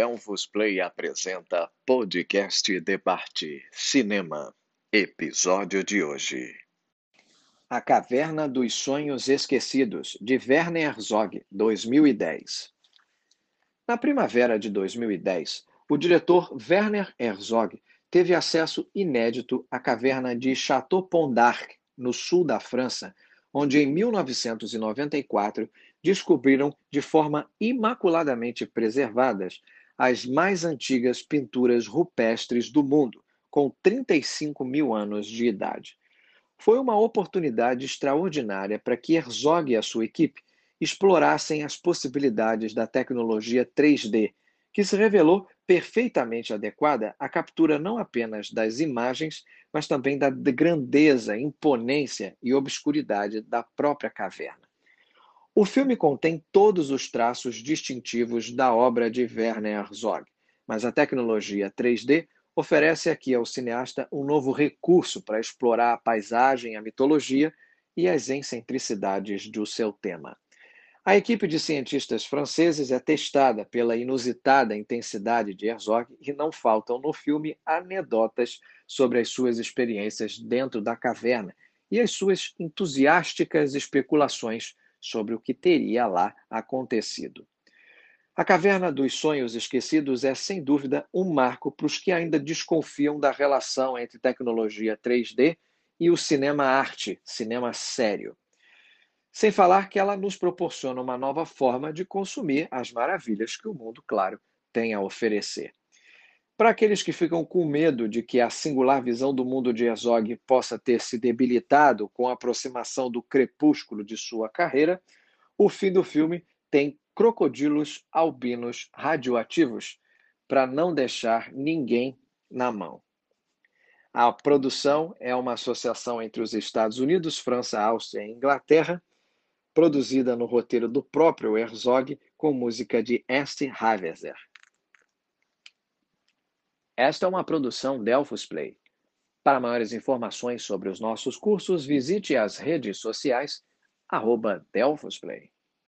Delfos Play apresenta Podcast Debate Cinema. Episódio de hoje. A Caverna dos Sonhos Esquecidos, de Werner Herzog, 2010. Na primavera de 2010, o diretor Werner Herzog teve acesso inédito à caverna de Château-Pont d'Arc, no sul da França, onde em 1994 descobriram de forma imaculadamente preservadas as mais antigas pinturas rupestres do mundo, com 35 mil anos de idade. Foi uma oportunidade extraordinária para que Herzog e a sua equipe explorassem as possibilidades da tecnologia 3D, que se revelou perfeitamente adequada à captura não apenas das imagens, mas também da grandeza, imponência e obscuridade da própria caverna. O filme contém todos os traços distintivos da obra de Werner Herzog, mas a tecnologia 3D oferece aqui ao cineasta um novo recurso para explorar a paisagem, a mitologia e as excentricidades do seu tema. A equipe de cientistas franceses é testada pela inusitada intensidade de Herzog e não faltam no filme anedotas sobre as suas experiências dentro da caverna e as suas entusiásticas especulações sobre o que teria lá acontecido. A Caverna dos Sonhos Esquecidos é, sem dúvida, um marco para os que ainda desconfiam da relação entre tecnologia 3D e o cinema-arte, cinema sério. Sem falar que ela nos proporciona uma nova forma de consumir as maravilhas que o mundo, claro, tem a oferecer. Para aqueles que ficam com medo de que a singular visão do mundo de Herzog possa ter se debilitado com a aproximação do crepúsculo de sua carreira, o fim do filme tem crocodilos albinos radioativos para não deixar ninguém na mão. A produção é uma associação entre os Estados Unidos, França, Áustria e Inglaterra, produzida no roteiro do próprio Herzog, com música de Esti Haveser. Esta é uma produção Delfos Play. Para maiores informações sobre os nossos cursos, visite as redes sociais @DelfosPlay.